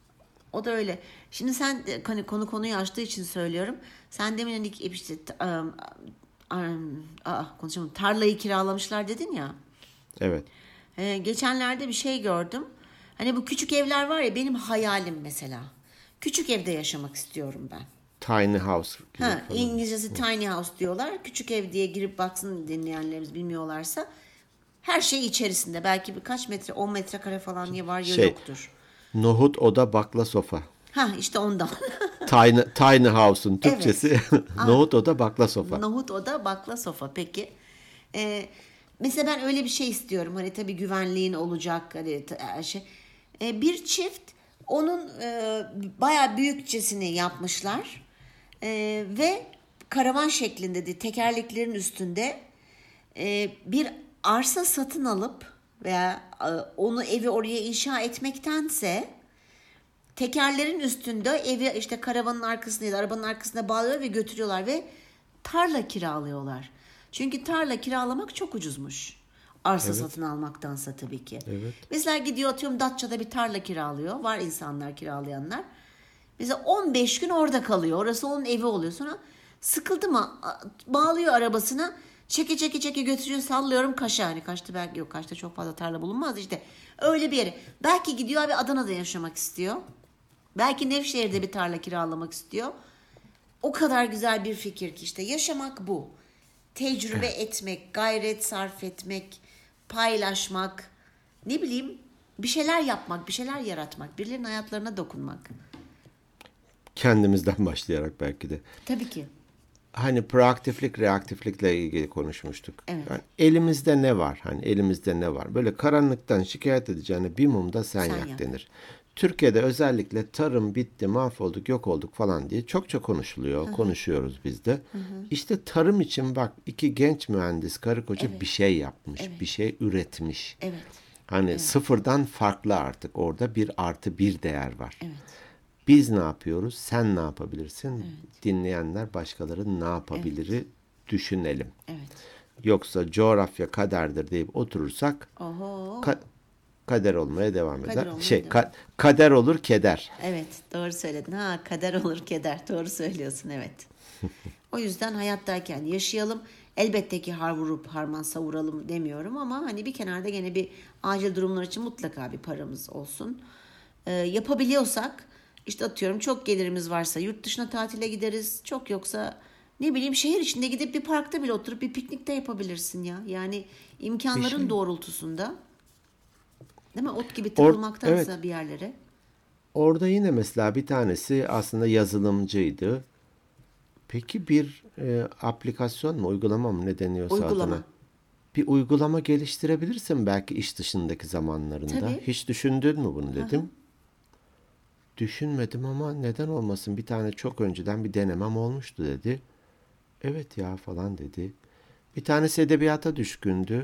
O da öyle. Şimdi sen de hani konu konuyu açtığı için söylüyorum. Sen demin hani işte um, um, aa, konuşamadım. Tarlayı kiralamışlar dedin ya.
Evet.
Ee, geçenlerde bir şey gördüm. Hani bu küçük evler var ya, benim hayalim mesela. Küçük evde yaşamak istiyorum ben.
Tiny house gibi
Ha,
falan.
İngilizcesi tiny house diyorlar. Küçük ev diye girip baksın dinleyenlerimiz, bilmiyorlarsa. Her şey içerisinde. Belki birkaç metre, on metrekare falan ya var ya
Şey,
yoktur.
Nohut oda bakla sofa.
Ha işte ondan.
Tiny, tiny house'un
Evet.
Türkçesi nohut oda bakla sofa.
Nohut oda bakla sofa. Peki. Ee, mesela ben öyle bir şey istiyorum. Hani tabii güvenliğin olacak. Hani her şey. Ee, bir çift onun e, bayağı büyükçesini yapmışlar. Ee, ve karavan şeklinde de tekerleklerin üstünde e, bir arsa satın alıp veya e, onu evi oraya inşa etmektense tekerlerin üstünde evi işte karavanın arkasında ya da arabanın arkasına bağlıyorlar ve götürüyorlar ve tarla kiralıyorlar. Çünkü tarla kiralamak çok ucuzmuş. Arsa
Evet.
satın almaktansa tabii ki.
Evet.
Mesela gidiyor, atıyorum Datça'da bir tarla kiralıyor. Var insanlar kiralayanlar. Mesela on beş gün orada kalıyor. Orası onun evi oluyor. Sonra sıkıldı mı bağlıyor arabasına. Çeke çeke çeke götürüyor, sallıyorum Kaş'a. Hani Kaş'ta belki yok. Kaş'ta çok fazla tarla bulunmaz işte. Öyle bir yere. Belki gidiyor abi Adana'da yaşamak istiyor. Belki Nevşehir'de bir tarla kiralamak istiyor. O kadar güzel bir fikir ki işte yaşamak bu. Tecrübe etmek, gayret sarf etmek, paylaşmak, ne bileyim bir şeyler yapmak, bir şeyler yaratmak, birilerinin hayatlarına dokunmak.
Kendimizden başlayarak belki de.
Tabii ki.
Hani proaktiflik, reaktiflikle ilgili konuşmuştuk.
Evet.
Yani elimizde ne var? Hani elimizde ne var? Böyle karanlıktan şikayet edeceğine bir mumda sen,
Sen
yak,
yak.
denir. Türkiye'de özellikle tarım bitti, mahvolduk, yok olduk falan diye çok çok konuşuluyor. Hı-hı. Konuşuyoruz biz de. Hı-hı. İşte tarım için bak, iki genç mühendis karı koca
Evet.
bir şey yapmış,
Evet.
bir şey üretmiş.
Evet.
Hani sıfırdan farklı artık. Orada bir artı bir değer var.
Evet.
Biz ne yapıyoruz? Sen ne yapabilirsin? Dinleyenler başkaları ne yapabiliri düşünelim.
Evet.
Yoksa coğrafya kaderdir deyip oturursak
Oho.
ka- kader olmaya devam
Kader
eder.
olmaya
Şey
devam.
ka- kader olur keder.
Evet, doğru söyledin. Ha, kader olur keder. Doğru söylüyorsun, evet. O yüzden hayattayken yaşayalım. Elbette ki har vurup harman savuralım demiyorum ama hani bir kenarda gene bir acil durumlar için mutlaka bir paramız olsun. Ee, yapabiliyorsak işte atıyorum çok gelirimiz varsa yurt dışına tatile gideriz. Çok yoksa ne bileyim şehir içinde gidip bir parkta bile oturup bir piknik de yapabilirsin ya. Yani imkanların
şey-
doğrultusunda. Değil mi? Ot gibi
Or-
tıkılmaktansa
evet.
bir yerlere.
Orada yine mesela bir tanesi aslında yazılımcıydı. Peki bir e, aplikasyon mu, uygulama mı, ne deniyorsa
Uygulama.
adına, bir uygulama geliştirebilirsin belki iş dışındaki zamanlarında.
Tabii.
Hiç düşündün mü bunu dedim. Düşünmedim ama neden olmasın, bir tane çok önceden bir denemem olmuştu dedi. Evet ya falan dedi. Bir tanesi edebiyata düşkündü.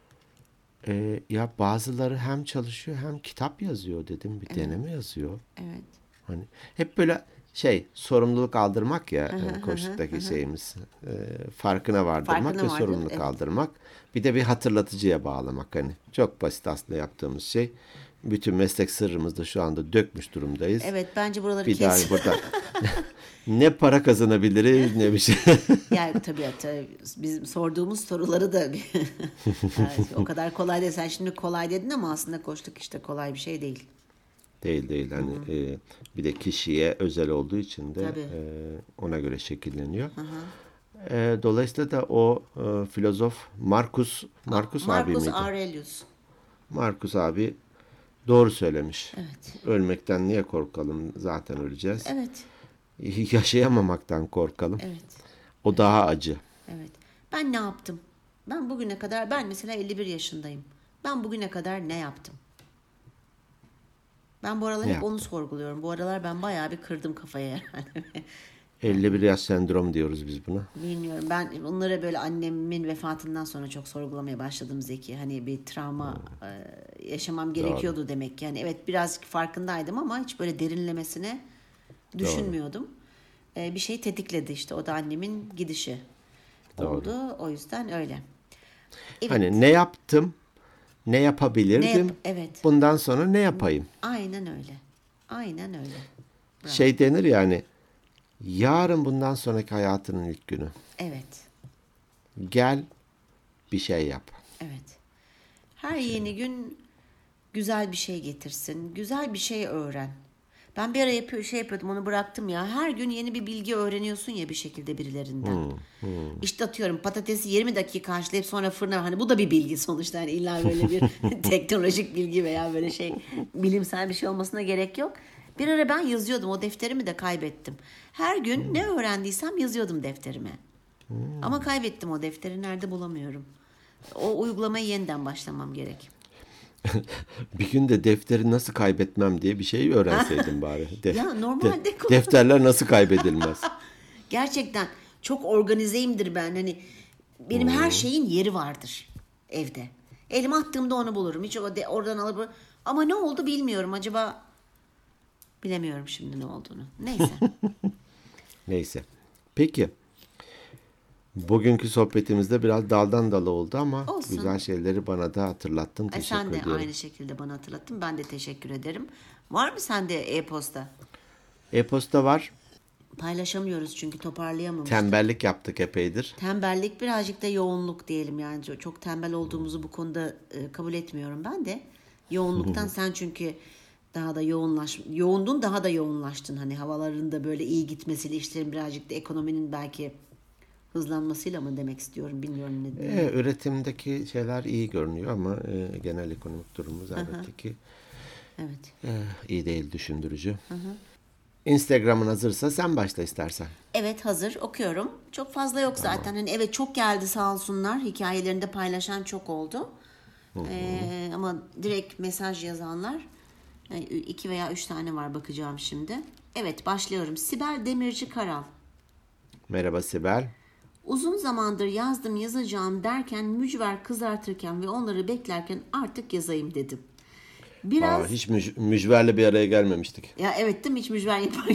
Ee, ya bazıları hem çalışıyor hem kitap yazıyor dedim. Bir deneme yazıyor.
Evet.
Hani hep böyle şey, sorumluluk aldırmak ya e, koçluktaki şeyimiz. E, farkına vardırmak
Farkına
ve
vardır,
sorumluluk
evet.
aldırmak. Bir de bir hatırlatıcıya bağlamak hani. Çok basit aslında yaptığımız şey. Bütün meslek sırrımızı da şu anda dökmüş durumdayız.
Evet, bence buraları
Bir daha
kes.
burada ne para kazanabiliriz ne bir şey.
Yani tabii, tabii bizim sorduğumuz soruları da evet, o kadar kolay değil. Sen şimdi kolay dedin ama aslında koçluk işte kolay bir şey değil.
Değil değil hani e, bir de kişiye özel olduğu için de
Tabii.
e, ona göre şekilleniyor. E, dolayısıyla da o e, filozof Marcus Marcus abi
Marcus
miydi?
Aurelius.
Marcus abi doğru söylemiş.
Evet.
Ölmekten niye korkalım? Zaten öleceğiz.
Evet.
Yaşayamamaktan korkalım.
Evet.
O daha acı.
Evet. Ben ne yaptım? Ben bugüne kadar, ben mesela elli bir yaşındayım. Ben bugüne kadar ne yaptım? Ben bu aralar
Ne
hep onu
yaptın?
sorguluyorum. Bu aralar ben bayağı bir kırdım kafaya yani.
elli bir yaş sendrom diyoruz biz buna.
Bilmiyorum. Ben onları böyle annemin vefatından sonra çok sorgulamaya başladım Zeki. Hani bir travma e, yaşamam gerekiyordu demek ki. Yani evet, birazcık farkındaydım ama hiç böyle derinlemesine düşünmüyordum. E, bir şey tetikledi işte. O da annemin gidişi oldu. O yüzden öyle. Evet.
Hani ne yaptım? Ne yapabilirdim?
Ne yap- evet.
Bundan sonra ne yapayım?
Aynen öyle. Aynen öyle. Bravo.
Şey denir yani, yarın bundan sonraki hayatının ilk günü.
Evet.
Gel bir şey yap.
Evet. Her yeni gün güzel bir şey getirsin. Güzel bir şey öğren. Ben bir ara yapıyor, şey yapıyordum, onu bıraktım ya. Her gün yeni bir bilgi öğreniyorsun ya bir şekilde birilerinden. İşte atıyorum patatesi yirmi dakika haşlayıp sonra fırına, hani bu da bir bilgi sonuçta. Yani illa böyle bir teknolojik bilgi veya böyle şey bilimsel bir şey olmasına gerek yok. Bir ara ben yazıyordum, o defterimi de kaybettim. Her gün ne öğrendiysem yazıyordum defterime. Ama kaybettim o defteri, nerede bulamıyorum. O uygulamayı yeniden başlamam gerek.
Bir gün de defteri nasıl kaybetmem diye bir şey öğrenseydim bari. De-
Ya normalde
de- defterler nasıl kaybedilmez?
Gerçekten çok organizeyimdir ben. Hani benim her şeyin yeri vardır evde. Elime attığımda onu bulurum. Hiç o de, oradan alır. Ama ne oldu bilmiyorum. Acaba bilemiyorum şimdi ne olduğunu. Neyse.
Neyse. Peki. Bugünkü sohbetimizde biraz daldan dala oldu ama
Olsun.
güzel şeyleri bana da hatırlattın.
E,
Teşekkür
sen de
ediyorum.
aynı şekilde bana hatırlattın. Ben de teşekkür ederim. Var mı sende e-posta?
E-posta var.
Paylaşamıyoruz çünkü toparlayamamıştık.
Tembellik yaptık epeydir.
Tembellik, birazcık da yoğunluk diyelim yani. Çok, çok tembel olduğumuzu bu konuda e, kabul etmiyorum ben de. Yoğunluktan sen çünkü daha da yoğunlaş, yoğundun, daha da yoğunlaştın. Hani havaların da böyle iyi gitmesiyle, işlerin birazcık da ekonominin belki hızlanmasıyla mı demek istiyorum, bilmiyorum ne diyeyim.
E, üretimdeki şeyler iyi görünüyor ama e, genel ekonomik durumumuz elbette ki
Evet.
e, iyi değil, düşündürücü. Instagram'ın hazırsa sen başla istersen.
Evet, hazır, okuyorum. Çok fazla yok zaten. Hani evet, çok geldi sağ olsunlar. Hikayelerinde paylaşan çok oldu. Ee, ama direkt mesaj yazanlar yani iki veya üç tane var, bakacağım şimdi. Evet, başlıyorum. Sibel Demirci Karal.
Merhaba Sibel.
Uzun zamandır yazdım yazacağım derken, mücver kızartırken ve onları beklerken artık yazayım dedim. Biraz
Aa, hiç müc- mücverle bir araya gelmemiştik.
Ya evet, değil mi? Hiç mücver yaparken.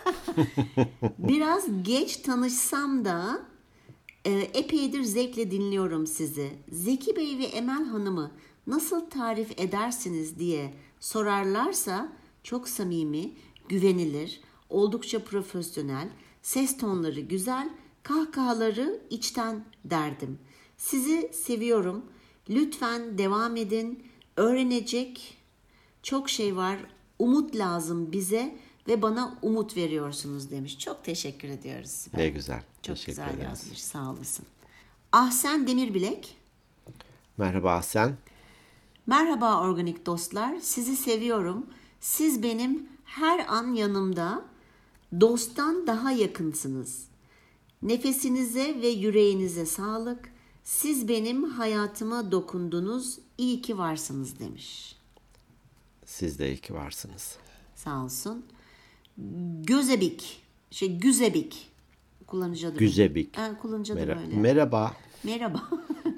Biraz geç tanışsam da e, epeydir zevkle dinliyorum sizi. Zeki Bey ve Emel Hanım'ı nasıl tarif edersiniz diye sorarlarsa, çok samimi, güvenilir, oldukça profesyonel, ses tonları güzel, kahkahaları içten derdim. Sizi seviyorum. Lütfen devam edin. Öğrenecek çok şey var. Umut lazım bize ve bana umut veriyorsunuz demiş. Çok teşekkür ediyoruz Sibel.
Ne güzel.
Çok
Teşekkür
güzel
ederiz.
yazmış. Sağ olasın. Ahsen Demirbilek.
Merhaba Ahsen.
Merhaba organik dostlar. Sizi seviyorum. Siz benim her an yanımda, dosttan daha yakınsınız. Nefesinize ve yüreğinize sağlık. Siz benim hayatıma dokundunuz. İyi ki varsınız demiş.
Siz de iyi ki varsınız.
Sağ olsun. Gözebik. Şey Güzebik. Kullanıcı adı.
Güzebik.
Ha, kullanıcı adı
Mer-
böyle.
Merhaba.
Merhaba.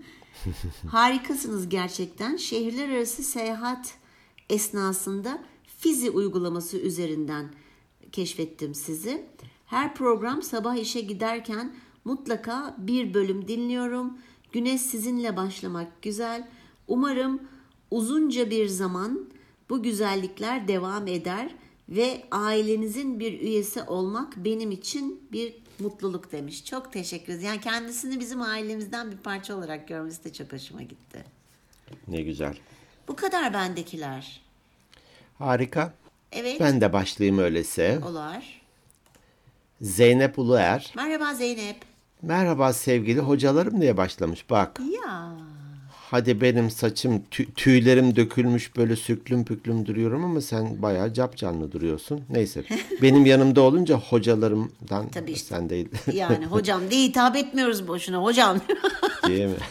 Harikasınız gerçekten. Şehirler arası seyahat esnasında Fizi uygulaması üzerinden keşfettim sizi. Her program sabah işe giderken mutlaka bir bölüm dinliyorum. Güne sizinle başlamak güzel. Umarım uzunca bir zaman bu güzellikler devam eder ve ailenizin bir üyesi olmak benim için bir mutluluk demiş. Çok teşekkür ederiz. Yani kendisini bizim ailemizden bir parça olarak görmesi de çok hoşuma gitti.
Ne güzel.
Bu kadar bendekiler.
Harika.
Evet.
Ben de başlayayım öyleyse.
Olur.
Zeynep Uluer.
Merhaba Zeynep.
Merhaba sevgili hocalarım diye başlamış. Bak.
Ya.
Hadi benim saçım, tü- tüylerim dökülmüş, böyle süklüm püklüm duruyorum ama sen bayağı capcanlı duruyorsun. Neyse. Benim yanımda olunca hocalarımdan
Tabii işte.
sen değil.
Yani hocam diye hitap etmiyoruz boşuna hocam.
Değil mi?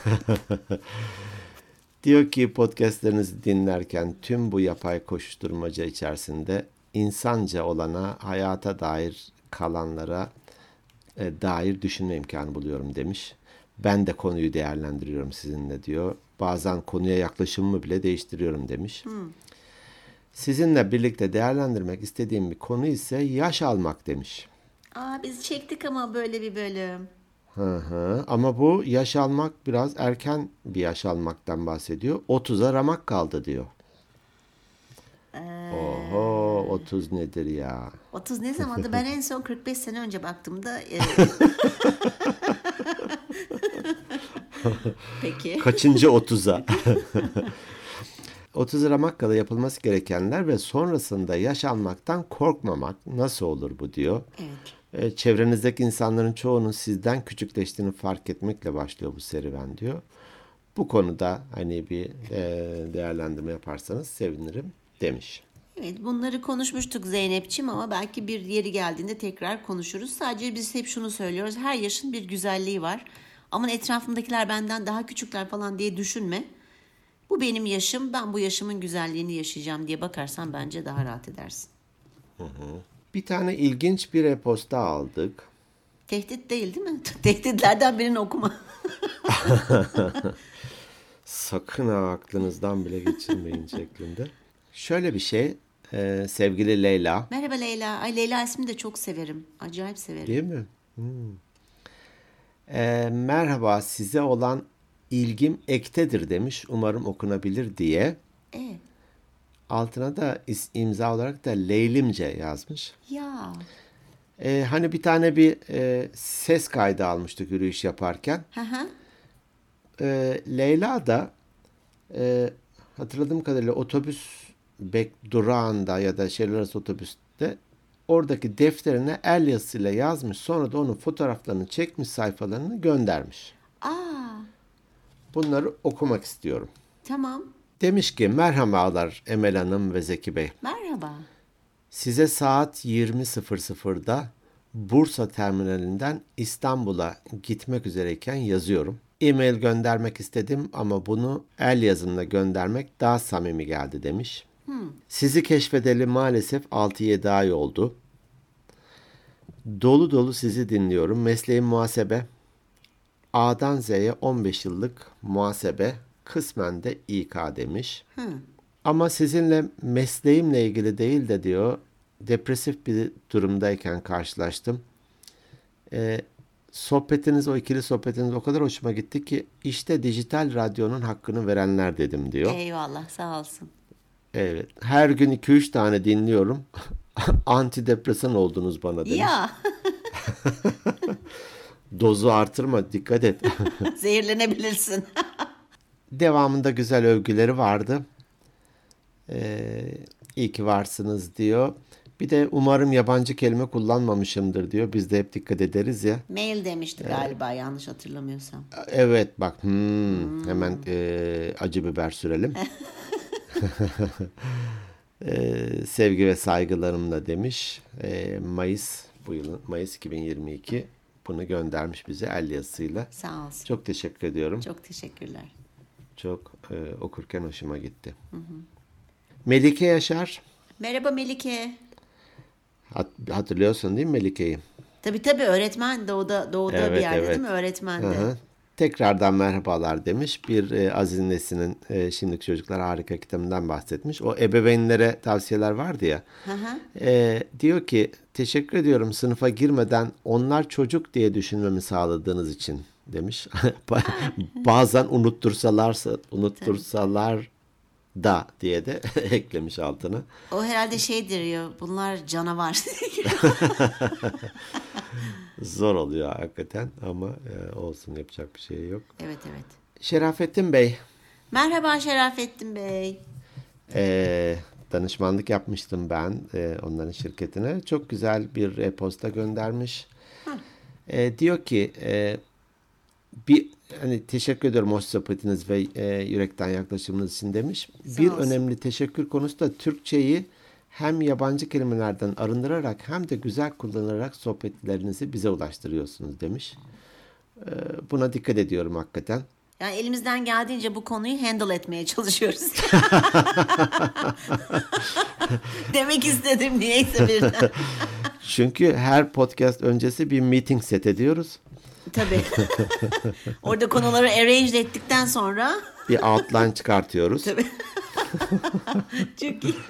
Diyor ki podcastlerinizi dinlerken tüm bu yapay koşuşturmaca içerisinde insanca olana, hayata dair kalanlara e, dair düşünme imkanı buluyorum demiş. Ben de konuyu değerlendiriyorum sizinle diyor. Bazen konuya yaklaşımımı bile değiştiriyorum demiş. Hmm. Sizinle birlikte değerlendirmek istediğim bir konu ise yaş almak demiş.
Aa, biz çektik ama böyle bir bölüm.
Hı hı. Ama bu yaş almak biraz erken bir yaş almaktan bahsediyor. otuza ramak kaldı diyor.
Ee...
Oho, otuz nedir ya?
otuz ne zamandı? Ben en son kırk beş sene önce baktığımda. E... Peki.
Kaçıncı otuza? otuz Ramakkala yapılması gerekenler ve sonrasında yaşanmaktan korkmamak nasıl olur bu diyor.
Evet.
Çevrenizdeki insanların çoğunun sizden küçükleştiğini fark etmekle başlıyor bu serüven diyor. Bu konuda hani bir değerlendirme yaparsanız sevinirim demiş.
Evet, bunları konuşmuştuk Zeynep'ciğim ama belki bir yeri geldiğinde tekrar konuşuruz. Sadece biz hep şunu söylüyoruz. Her yaşın bir güzelliği var. Aman etrafımdakiler benden daha küçükler falan diye düşünme. Bu benim yaşım, ben bu yaşımın güzelliğini yaşayacağım diye bakarsan bence daha rahat edersin.
Hı hı. Bir tane ilginç bir e-posta aldık.
Tehdit değil değil mi? Tehditlerden birini okuma.
Sakın ha aklınızdan bile geçirmeyin şeklinde. Şöyle bir şey, e, sevgili Leyla.
Merhaba Leyla. Ay Leyla ismini de çok severim. Acayip severim.
Değil mi? Hmm. E, merhaba, size olan ilgim ektedir demiş. Umarım okunabilir diye.
E.
Altına da imza olarak da Leylimce yazmış.
Ya.
E, hani bir tane bir e, ses kaydı almıştık yürüyüş yaparken.
Hı hı.
E, Leyla da e, hatırladığım kadarıyla otobüs bek durağında ya da şehirler arası otobüste oradaki defterine el yazısıyla yazmış. Sonra da onun fotoğraflarını çekmiş, sayfalarını göndermiş.
Aa.
Bunları okumak istiyorum.
Tamam.
Demiş ki merhabalar Emel Hanım ve Zeki Bey.
Merhaba.
Size saat yirmi sıfır sıfırda Bursa terminalinden İstanbul'a gitmek üzereyken yazıyorum. E-mail göndermek istedim ama bunu el yazımla göndermek daha samimi geldi demiş.
Hmm.
Sizi keşfedeli maalesef altı yedi ay oldu. Dolu dolu sizi dinliyorum. Mesleğim muhasebe. A'dan Z'ye on beş yıllık muhasebe, kısmen de İK demiş.
Hmm.
Ama sizinle mesleğimle ilgili değil de diyor, depresif bir durumdayken karşılaştım. Ee, sohbetiniz, o ikili sohbetiniz o kadar hoşuma gitti ki işte dijital radyonun hakkını verenler dedim diyor.
Eyvallah, sağ olsun.
Evet. Her gün iki üç tane dinliyorum. Antidepresan oldunuz bana demiş.
Ya.
Dozu artırma, dikkat et.
Zehirlenebilirsin.
Devamında güzel övgüleri vardı. Ee, iyi ki varsınız diyor. Bir de umarım yabancı kelime kullanmamışımdır diyor. Biz de hep dikkat ederiz ya.
Mail demişti galiba, yanlış hatırlamıyorsam.
Evet bak hmm, hmm. hemen e, acı biber sürelim. e, sevgi ve saygılarımla demiş. E, Mayıs bu yılın Mayıs iki bin yirmi iki bunu göndermiş bize el yazısıyla.
Sağ olsun.
Çok teşekkür ediyorum.
Çok teşekkürler.
Çok e, okurken hoşuma gitti. Hı hı. Melike Yaşar.
Merhaba Melike.
Hat, hatırlıyorsun değil mi Melike'yi?
Tabii tabii, öğretmen doğuda, doğuda
evet,
bir yerde
evet.
değil mi? Öğretmendi.
Hı-hı. Tekrardan merhabalar demiş. Bir e, Aziz Nesin'in e, Şimdiki Çocuklar Harika kitabından bahsetmiş. O ebeveynlere tavsiyeler vardı ya. E, diyor ki teşekkür ediyorum sınıfa girmeden onlar çocuk diye düşünmemi sağladığınız için demiş. Bazen unuttursalarsa unuttursalar da diye de eklemiş altına.
O herhalde şey diyor, bunlar canavar.
Zor oluyor hakikaten ama e, olsun, yapacak bir şey yok.
Evet evet.
Şerafettin Bey.
Merhaba Şerafettin Bey.
E, danışmanlık yapmıştım ben e, onların şirketine. Çok güzel bir e-posta göndermiş. E, diyor ki e, bir hani teşekkür ediyorum hoş sohbetiniz ve e, yürekten yaklaşımınız için demiş.
Sağ
bir
olsun.
önemli teşekkür konusu da Türkçeyi hem yabancı kelimelerden arındırarak hem de güzel kullanarak sohbetlerinizi bize ulaştırıyorsunuz demiş. E, buna dikkat ediyorum hakikaten.
Yani elimizden geldiğince bu konuyu handle etmeye çalışıyoruz. Demek istedim niyeyse birden.
Çünkü her podcast öncesi bir meeting set ediyoruz.
Tabii. Orada konuları arrange ettikten sonra
bir outline çıkartıyoruz.
Tabii. Çok iyi.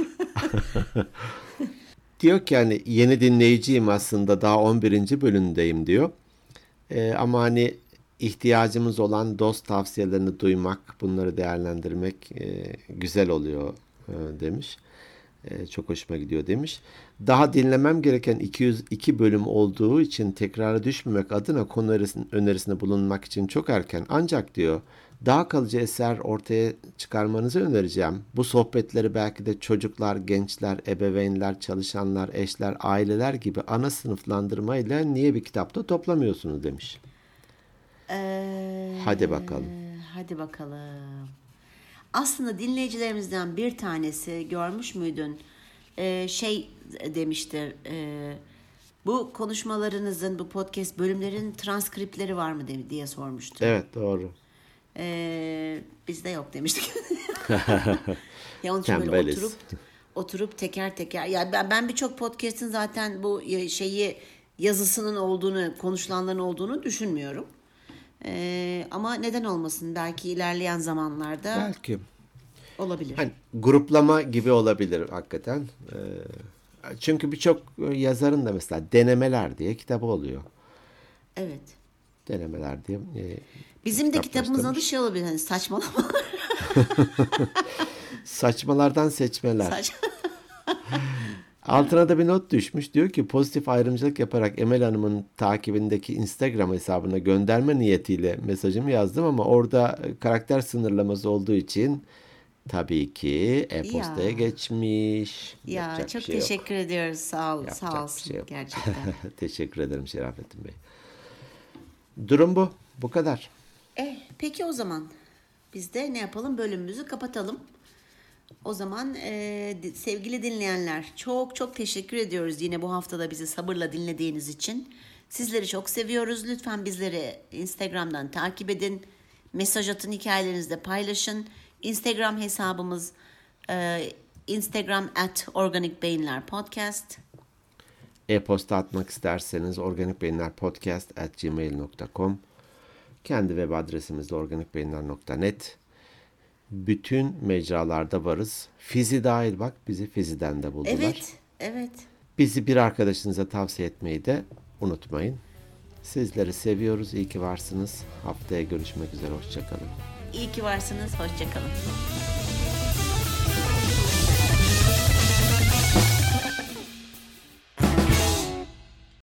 Diyor ki hani yeni dinleyiciyim aslında, daha on birinci bölümdeyim diyor. Ee, ama hani ihtiyacımız olan dost tavsiyelerini duymak, bunları değerlendirmek e, güzel oluyor e, demiş. Ee, çok hoşuma gidiyor demiş. Daha dinlemem gereken iki yüz iki bölüm olduğu için tekrara düşmemek adına konu önerisinde bulunmak için çok erken. Ancak diyor daha kalıcı eser ortaya çıkarmanızı önereceğim. Bu sohbetleri belki de çocuklar, gençler, ebeveynler, çalışanlar, eşler, aileler gibi ana sınıflandırmayla niye bir kitapta toplamıyorsunuz demiş.
Ee,
Hadi bakalım.
Hadi bakalım. Aslında dinleyicilerimizden bir tanesi görmüş müydün? Ee, şey demişti. E, bu konuşmalarınızın, bu podcast bölümlerin transkriptleri var mı diye sormuştu.
Evet, doğru.
Ee, bizde yok demiştik. Ya onun için böyle oturup oturup teker teker. Ya ben ben birçok podcast'in zaten bu şeyi yazısının olduğunu, konuşulanların olduğunu düşünmüyorum. Ee, ama neden olmasın? Belki ilerleyen zamanlarda
belki
olabilir.
Hani gruplama gibi olabilir hakikaten. Ee, çünkü birçok yazarın da mesela denemeler diye kitabı oluyor.
Evet.
Denemeler diye. E,
Bizim de kitabımızın adı şey olabilir. Hani saçmalamalar.
Saçmalardan seçmeler.
Saç...
Altına da bir not düşmüş. Diyor ki pozitif ayrımcılık yaparak Emel Hanım'ın takibindeki Instagram hesabına gönderme niyetiyle mesajımı yazdım ama orada karakter sınırlaması olduğu için tabii ki e-postaya ya. geçmiş.
Ya
Yapacak
çok
şey
teşekkür yok. ediyoruz. Sağ ol.
Yapacak
sağ olsun
şey
gerçekten.
Teşekkür ederim Şerafettin Bey. Durum bu. Bu kadar.
Eh, peki o zaman biz de ne yapalım? Bölümümüzü kapatalım. O zaman e, sevgili dinleyenler çok çok teşekkür ediyoruz yine bu haftada bizi sabırla dinlediğiniz için. Sizleri çok seviyoruz. Lütfen bizleri Instagram'dan takip edin. Mesaj atın, hikayelerinizde paylaşın. Instagram hesabımız e, Instagram at Organik Beyinler Podcast.
E-posta atmak isterseniz organikbeyinlerpodcast at gmail nokta com. Kendi web adresimiz de organikbeyinler nokta net. Bütün mecralarda varız. Fizi dahil bak bizi Fizi'den de buldular.
Evet, evet.
Bizi bir arkadaşınıza tavsiye etmeyi de unutmayın. Sizleri seviyoruz. İyi ki varsınız. Haftaya görüşmek üzere. Hoşça kalın.
İyi ki varsınız. Hoşça kalın.